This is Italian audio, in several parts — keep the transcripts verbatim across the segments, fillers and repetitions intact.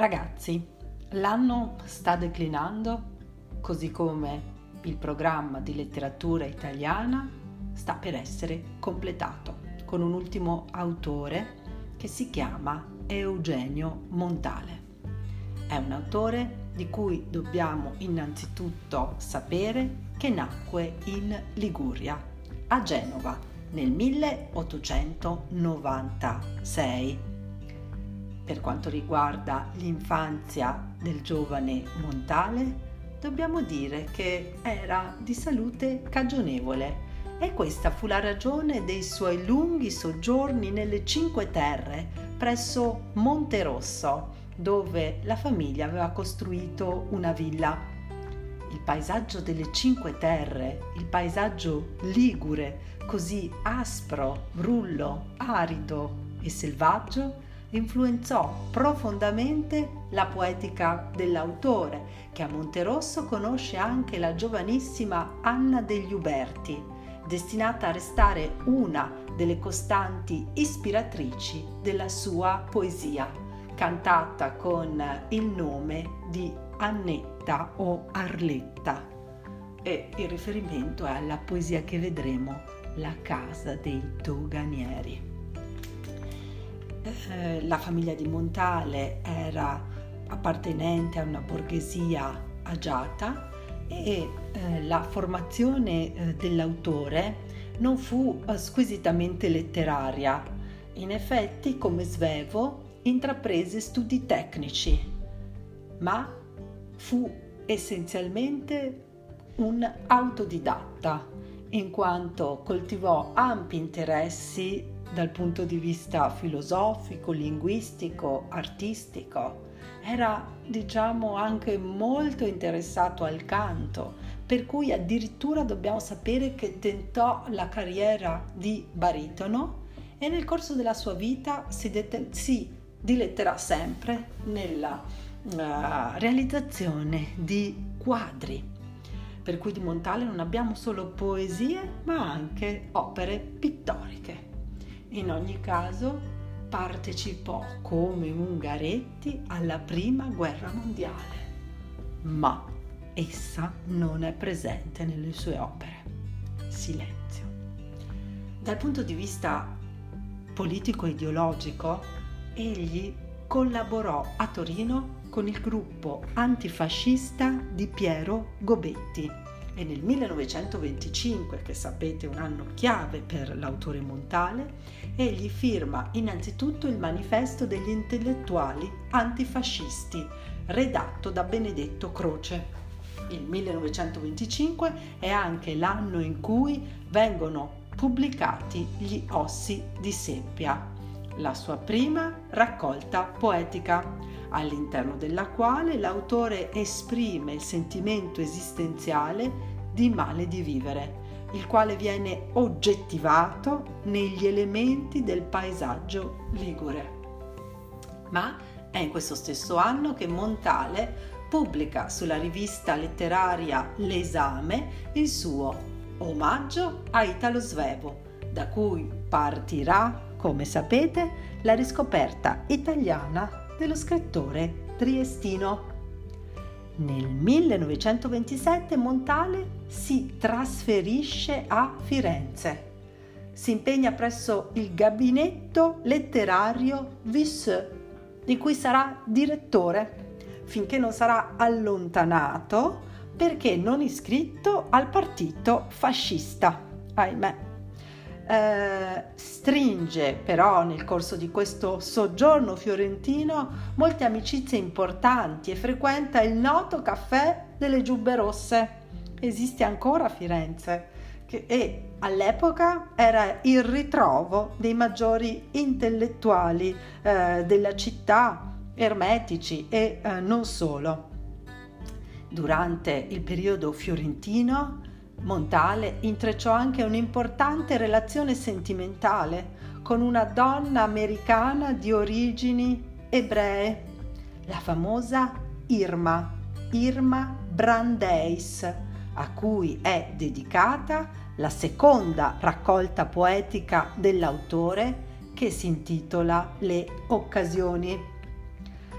Ragazzi, l'anno sta declinando, così come il programma di letteratura italiana sta per essere completato con un ultimo autore che si chiama Eugenio Montale. È un autore di cui dobbiamo innanzitutto sapere che nacque in Liguria, a Genova, nel milleottocentonovantasei. Per quanto riguarda l'infanzia del giovane Montale, dobbiamo dire che era di salute cagionevole e questa fu la ragione dei suoi lunghi soggiorni nelle Cinque Terre presso Monterosso, dove la famiglia aveva costruito una villa. Il paesaggio delle Cinque Terre, il paesaggio ligure, così aspro, brullo, arido e selvaggio, influenzò profondamente la poetica dell'autore, che a Monterosso conosce anche la giovanissima Anna degli Uberti, destinata a restare una delle costanti ispiratrici della sua poesia, cantata con il nome di Annetta o Arletta. E il riferimento è alla poesia che vedremo, La casa dei doganieri. Eh, la famiglia di Montale era appartenente a una borghesia agiata e eh, la formazione eh, dell'autore non fu squisitamente letteraria. In effetti, come Svevo, intraprese studi tecnici, ma fu essenzialmente un autodidatta, in quanto coltivò ampi interessi dal punto di vista filosofico, linguistico, artistico. Era, diciamo, anche molto interessato al canto, per cui addirittura dobbiamo sapere che tentò la carriera di baritono e nel corso della sua vita si, det- si diletterà sempre nella uh, realizzazione di quadri. Per cui di Montale non abbiamo solo poesie, ma anche opere pittoriche. In ogni caso partecipò come Ungaretti alla Prima Guerra Mondiale, ma essa non è presente nelle sue opere. Silenzio. Dal punto di vista politico-ideologico, egli collaborò a Torino con il gruppo antifascista di Piero Gobetti e nel millenovecentoventicinque, che sapete è un anno chiave per l'autore Montale, egli firma innanzitutto il Manifesto degli intellettuali antifascisti, redatto da Benedetto Croce. Il millenovecentoventicinque è anche l'anno in cui vengono pubblicati Gli Ossi di Seppia, la sua prima raccolta poetica, all'interno della quale l'autore esprime il sentimento esistenziale di male di vivere, il quale viene oggettivato negli elementi del paesaggio ligure. Ma è in questo stesso anno che Montale pubblica sulla rivista letteraria L'Esame il suo Omaggio a Italo Svevo, da cui partirà, come sapete, la riscoperta italiana dello scrittore triestino. Nel millenovecentoventisette Montale si trasferisce a Firenze. Si impegna presso il gabinetto letterario Visseux, di cui sarà direttore, finché non sarà allontanato perché non iscritto al partito fascista, ahimè. Eh, stringe però nel corso di questo soggiorno fiorentino molte amicizie importanti e frequenta il noto caffè delle Giubbe Rosse. Esiste ancora a Firenze che, e all'epoca era il ritrovo dei maggiori intellettuali eh, della città, ermetici e eh, non solo. Durante il periodo fiorentino Montale intrecciò anche un'importante relazione sentimentale con una donna americana di origini ebree, la famosa Irma, Irma Brandeis, a cui è dedicata la seconda raccolta poetica dell'autore che si intitola Le occasioni.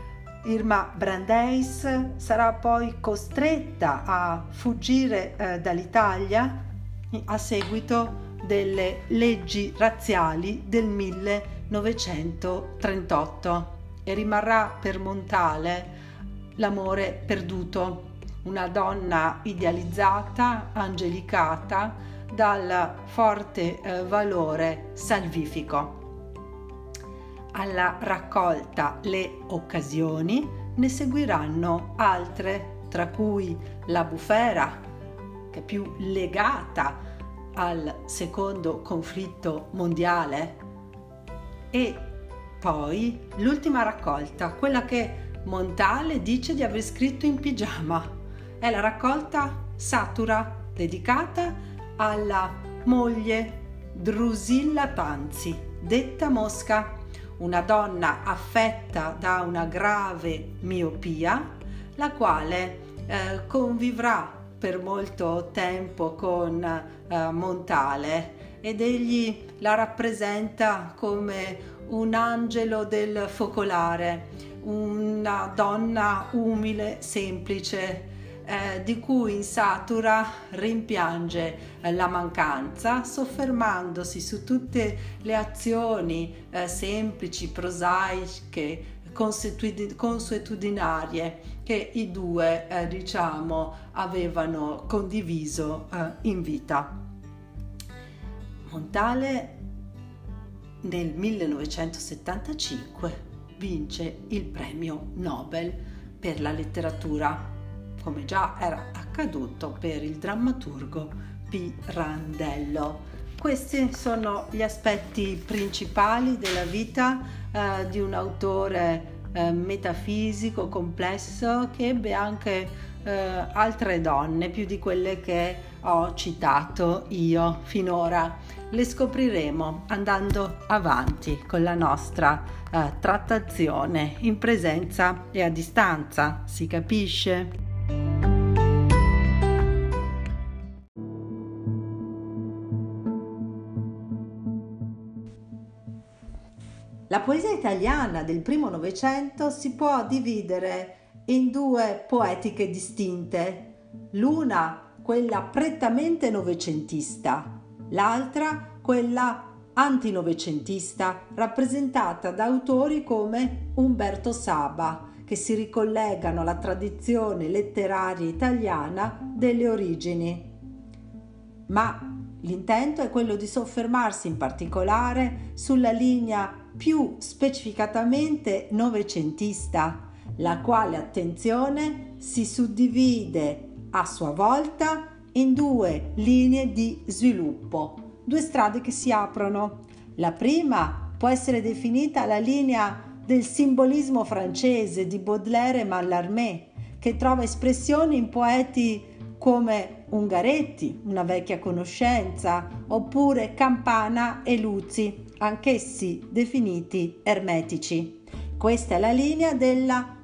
Irma Brandeis sarà poi costretta a fuggire eh, dall'Italia a seguito delle leggi razziali del millenovecentotrentotto e rimarrà per Montale l'amore perduto, una donna idealizzata, angelicata dal forte eh, valore salvifico. Alla raccolta Le occasioni ne seguiranno altre, tra cui La bufera, che è più legata al secondo conflitto mondiale, e poi l'ultima raccolta, quella che Montale dice di aver scritto in pigiama, è la raccolta Satura, dedicata alla moglie Drusilla Panzi, detta Mosca, una donna affetta da una grave miopia, la quale eh, convivrà per molto tempo con eh, Montale, ed egli la rappresenta come un angelo del focolare, una donna umile, semplice, eh, di cui in Satura rimpiange eh, la mancanza, soffermandosi su tutte le azioni eh, semplici, prosaiche, consuetudinarie che i due eh, diciamo avevano condiviso eh, in vita. Montale nel millenovecentosettantacinque vince il premio Nobel per la letteratura, come già era accaduto per il drammaturgo Pirandello. Questi sono gli aspetti principali della vita eh, di un autore eh, metafisico, complesso, che ebbe anche eh, altre donne, più di quelle che ho citato io finora. Le scopriremo andando avanti con la nostra eh, trattazione in presenza e a distanza, si capisce? La poesia italiana del primo Novecento si può dividere in due poetiche distinte, l'una quella prettamente novecentista, l'altra quella antinovecentista, rappresentata da autori come Umberto Saba, che si ricollegano alla tradizione letteraria italiana delle origini. Ma l'intento è quello di soffermarsi in particolare sulla linea più specificatamente novecentista, la quale, attenzione, si suddivide a sua volta in due linee di sviluppo, due strade che si aprono. La prima può essere definita la linea del simbolismo francese di Baudelaire e Mallarmé, che trova espressioni in poeti come Ungaretti, una vecchia conoscenza, oppure Campana e Luzi, anch'essi definiti ermetici. Questa è la linea della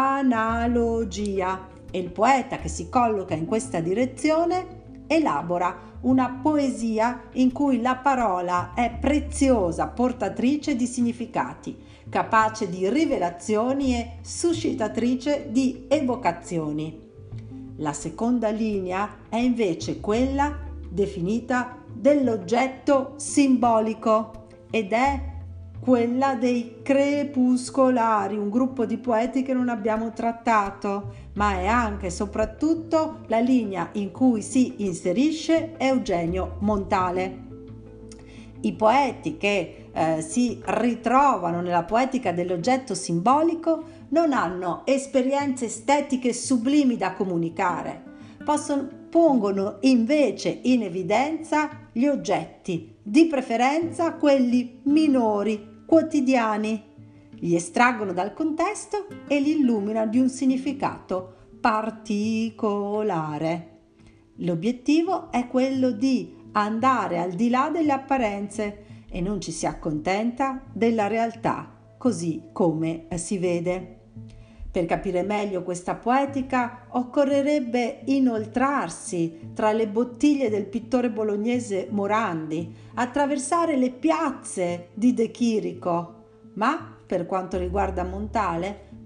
analogia e il poeta che si colloca in questa direzione elabora una poesia in cui la parola è preziosa portatrice di significati, capace di rivelazioni e suscitatrice di evocazioni. La seconda linea è invece quella definita dell'oggetto simbolico ed è quella dei crepuscolari, un gruppo di poeti che non abbiamo trattato, ma è anche e soprattutto la linea in cui si inserisce Eugenio Montale. I poeti che eh, si ritrovano nella poetica dell'oggetto simbolico non hanno esperienze estetiche sublimi da comunicare, possono, pongono invece in evidenza gli oggetti, di preferenza quelli minori, quotidiani, li estraggono dal contesto e li illuminano di un significato particolare. L'obiettivo è quello di andare al di là delle apparenze e non ci si accontenta della realtà così come si vede. Per capire meglio questa poetica occorrerebbe inoltrarsi tra le bottiglie del pittore bolognese Morandi, attraversare le piazze di De Chirico, ma per quanto riguarda Montale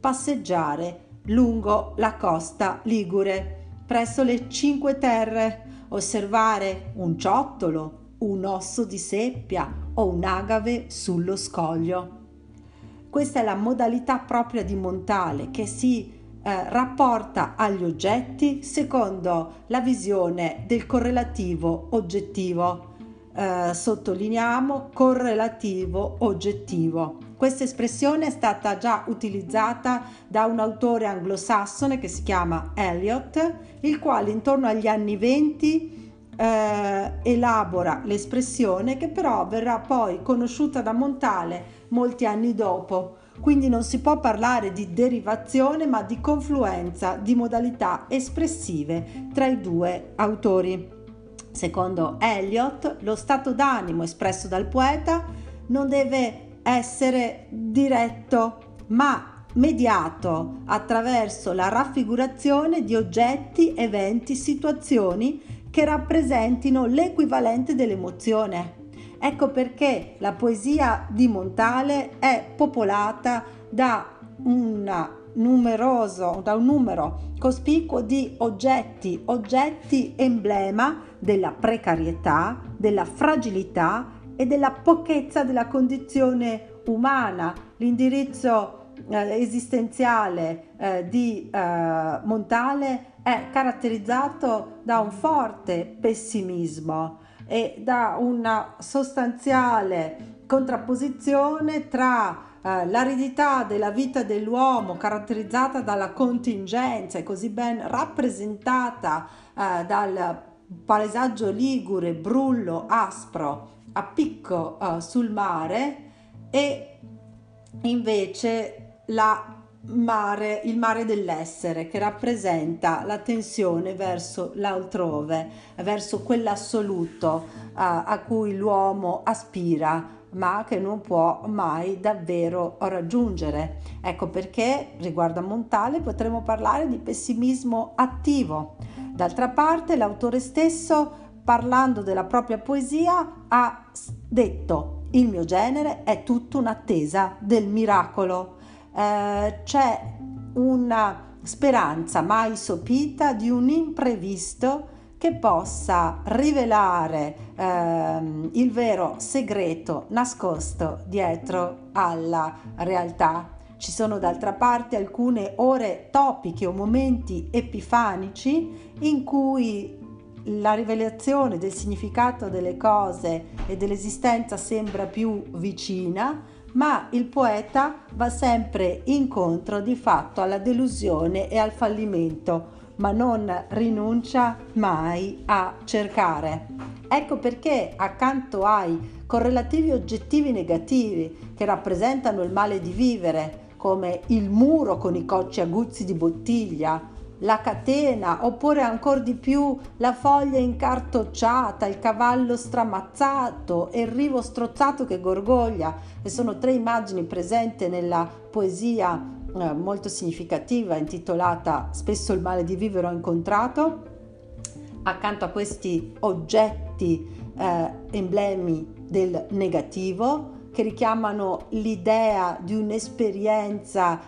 passeggiare lungo la costa ligure, presso le Cinque Terre, osservare un ciottolo, un osso di seppia o un'agave sullo scoglio. Questa è la modalità propria di Montale, che si eh, rapporta agli oggetti secondo la visione del correlativo oggettivo. Eh, sottolineiamo correlativo oggettivo. Questa espressione è stata già utilizzata da un autore anglosassone che si chiama Eliot, il quale intorno agli anni venti eh, elabora l'espressione, che però verrà poi conosciuta da Montale molti anni dopo. Quindi non si può parlare di derivazione, ma di confluenza di modalità espressive tra i due autori. Secondo Eliot, lo stato d'animo espresso dal poeta non deve essere diretto, ma mediato attraverso la raffigurazione di oggetti, eventi, situazioni che rappresentino l'equivalente dell'emozione. Ecco perché la poesia di Montale è popolata da una numeroso, da un numero cospicuo di oggetti, oggetti emblema della precarietà, della fragilità e della pochezza della condizione umana. L'indirizzo eh, esistenziale eh, di eh, Montale è caratterizzato da un forte pessimismo e da una sostanziale contrapposizione tra Uh, l'aridità della vita dell'uomo, caratterizzata dalla contingenza e così ben rappresentata uh, dal paesaggio ligure, brullo, aspro, a picco uh, sul mare, e invece la mare, il mare dell'essere, che rappresenta la tensione verso l'altrove, verso quell'assoluto uh, a cui l'uomo aspira, ma che non può mai davvero raggiungere. Ecco perché riguardo a Montale potremmo parlare di pessimismo attivo. D'altra parte l'autore stesso, parlando della propria poesia, ha detto: il mio genere è tutta un'attesa del miracolo. Eh, c'è una speranza mai sopita di un imprevisto che possa rivelare ehm, il vero segreto nascosto dietro alla realtà. Ci sono d'altra parte alcune ore topiche o momenti epifanici in cui la rivelazione del significato delle cose e dell'esistenza sembra più vicina, ma il poeta va sempre incontro di fatto alla delusione e al fallimento, ma non rinuncia mai a cercare. Ecco perché accanto ai correlativi oggettivi negativi che rappresentano il male di vivere, come il muro con i cocci aguzzi di bottiglia, la catena, oppure ancora di più la foglia incartocciata, il cavallo stramazzato e il rivo strozzato che gorgoglia, e sono tre immagini presenti nella poesia eh, molto significativa intitolata Spesso il male di vivere ho incontrato. Accanto a questi oggetti eh, emblemi del negativo, che richiamano l'idea di un'esperienza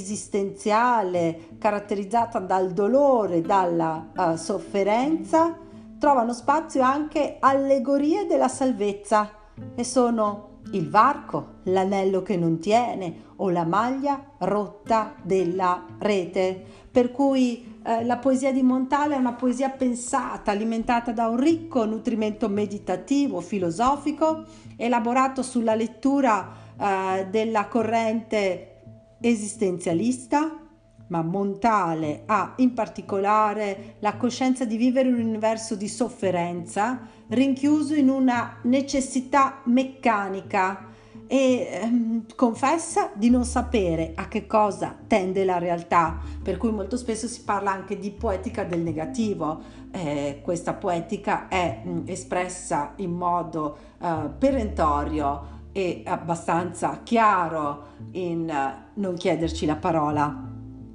esistenziale caratterizzata dal dolore, dalla uh, sofferenza, trovano spazio anche allegorie della salvezza, e sono il varco, l'anello che non tiene o la maglia rotta della rete. Per cui eh, la poesia di Montale è una poesia pensata, alimentata da un ricco nutrimento meditativo, filosofico, elaborato sulla lettura eh, della corrente esistenzialista, ma Montale ha in particolare la coscienza di vivere un universo di sofferenza rinchiuso in una necessità meccanica, e ehm, confessa di non sapere a che cosa tende la realtà, per cui molto spesso si parla anche di poetica del negativo. Eh, questa poetica è mh, espressa in modo eh, perentorio e abbastanza chiaro in uh, Non chiederci la parola.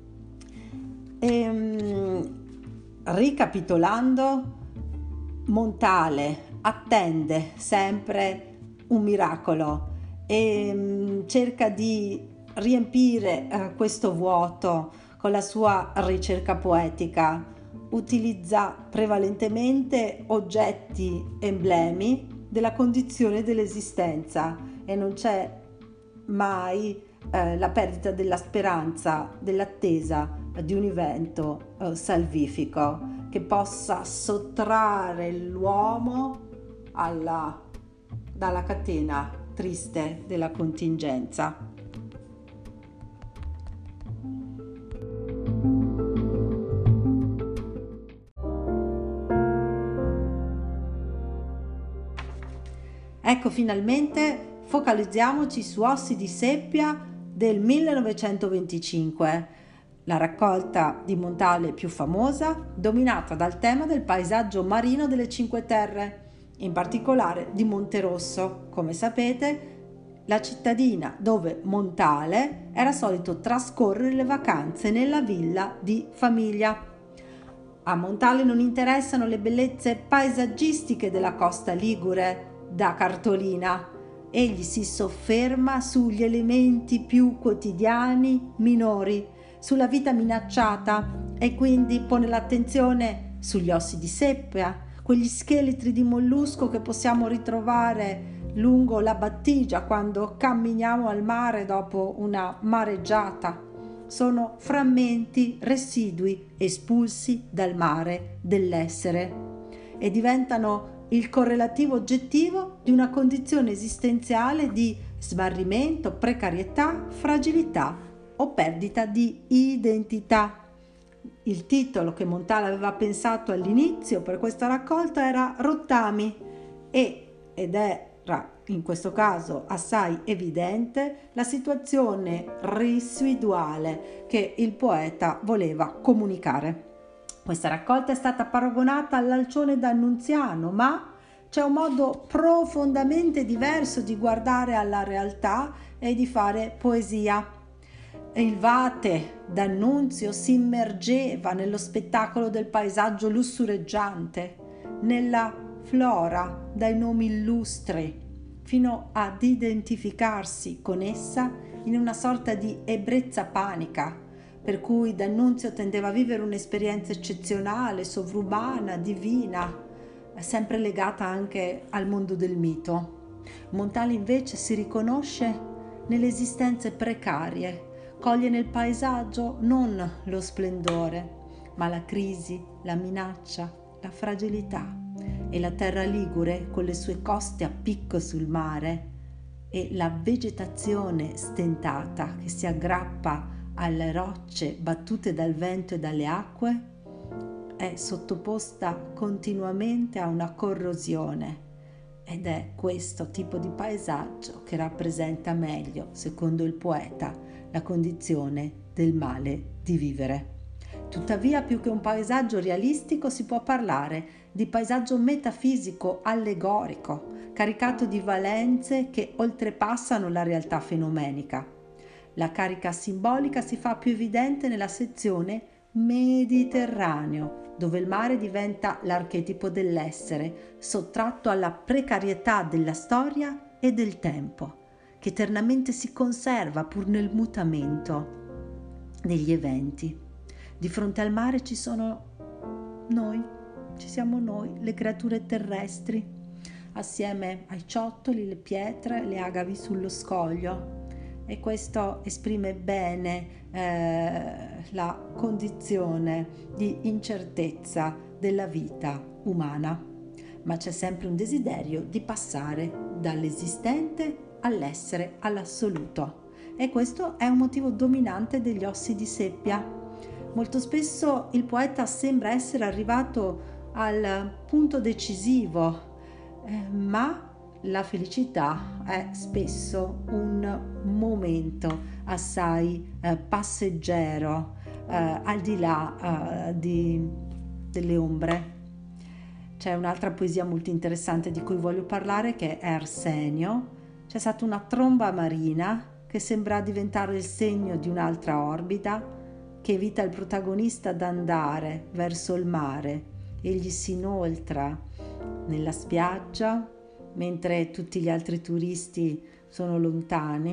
Ehm, ricapitolando, Montale attende sempre un miracolo e um, cerca di riempire eh, questo vuoto con la sua ricerca poetica. Utilizza prevalentemente oggetti, emblemi della condizione dell'esistenza e non c'è mai eh, la perdita della speranza, dell'attesa di un evento eh, salvifico che possa sottrarre l'uomo alla, dalla catena triste della contingenza. Ecco, finalmente focalizziamoci su Ossi di seppia del millenovecentoventicinque, la raccolta di Montale più famosa, dominata dal tema del paesaggio marino delle Cinque Terre, in particolare di Monterosso, come sapete, la cittadina dove Montale era solito trascorrere le vacanze nella villa di famiglia. A Montale non interessano le bellezze paesaggistiche della costa ligure da cartolina. Egli si sofferma sugli elementi più quotidiani, minori, sulla vita minacciata e quindi pone l'attenzione sugli ossi di seppia, quegli scheletri di mollusco che possiamo ritrovare lungo la battigia quando camminiamo al mare dopo una mareggiata. Sono frammenti residui espulsi dal mare dell'essere e diventano il correlativo oggettivo di una condizione esistenziale di smarrimento, precarietà, fragilità o perdita di identità. Il titolo che Montale aveva pensato all'inizio per questa raccolta era Rottami e, ed era in questo caso assai evidente la situazione residuale che il poeta voleva comunicare. Questa raccolta è stata paragonata all'Alcione d'Annunziano, ma c'è un modo profondamente diverso di guardare alla realtà e di fare poesia. Il vate d'Annunzio si immergeva nello spettacolo del paesaggio lussureggiante, nella flora dai nomi illustri, fino ad identificarsi con essa in una sorta di ebbrezza panica, per cui D'Annunzio tendeva a vivere un'esperienza eccezionale, sovrumana, divina, sempre legata anche al mondo del mito. Montale invece si riconosce nelle esistenze precarie, coglie nel paesaggio non lo splendore, ma la crisi, la minaccia, la fragilità. E la terra ligure, con le sue coste a picco sul mare e la vegetazione stentata che si aggrappa alle rocce battute dal vento e dalle acque, è sottoposta continuamente a una corrosione ed è questo tipo di paesaggio che rappresenta meglio, secondo il poeta, la condizione del male di vivere. Tuttavia, più che un paesaggio realistico, si può parlare di paesaggio metafisico, allegorico, caricato di valenze che oltrepassano la realtà fenomenica. La carica simbolica si fa più evidente nella sezione Mediterraneo, dove il mare diventa l'archetipo dell'essere, sottratto alla precarietà della storia e del tempo, che eternamente si conserva pur nel mutamento degli eventi. Di fronte al mare ci sono noi, ci siamo noi, le creature terrestri, assieme ai ciottoli, le pietre, le agavi sullo scoglio. E questo esprime bene eh, la condizione di incertezza della vita umana, ma c'è sempre un desiderio di passare dall'esistente all'essere, all'assoluto, e questo è un motivo dominante degli Ossi di seppia. Molto spesso il poeta sembra essere arrivato al punto decisivo, eh, ma la felicità è spesso un momento assai eh, passeggero, eh, al di là eh, di, delle ombre. C'è un'altra poesia molto interessante di cui voglio parlare, che è Arsenio. C'è stata una tromba marina che sembra diventare il segno di un'altra orbita che invita il protagonista ad andare verso il mare. Egli si inoltra nella spiaggia mentre tutti gli altri turisti sono lontani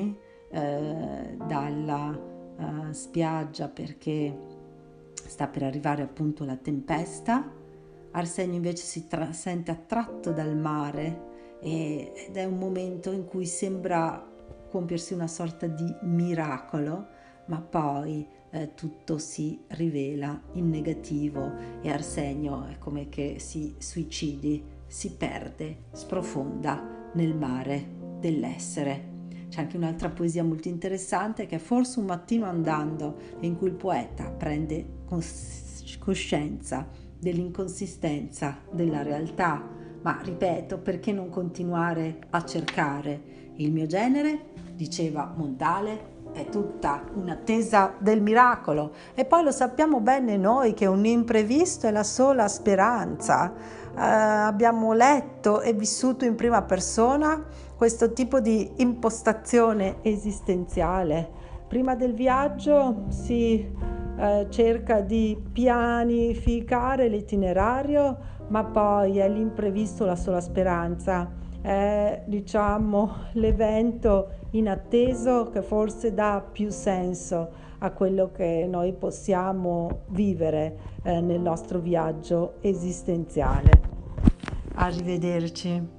eh, dalla eh, spiaggia perché sta per arrivare appunto la tempesta. Arsenio invece si tra- sente attratto dal mare e- ed è un momento in cui sembra compiersi una sorta di miracolo, ma poi eh, tutto si rivela in negativo e Arsenio è come che si suicidi, si perde, sprofonda nel mare dell'essere. C'è anche un'altra poesia molto interessante che è Forse un mattino andando, in cui il poeta prende cos- coscienza dell'inconsistenza della realtà, ma ripeto, perché non continuare a cercare? Il mio genere, diceva Montale, è tutta un'attesa del miracolo e poi lo sappiamo bene noi che un imprevisto è la sola speranza. Eh, abbiamo letto e vissuto in prima persona questo tipo di impostazione esistenziale. Prima del viaggio si eh, cerca di pianificare l'itinerario, ma poi è l'imprevisto la sola speranza. È, diciamo, l'evento inatteso che forse dà più senso a quello che noi possiamo vivere eh, nel nostro viaggio esistenziale. Arrivederci.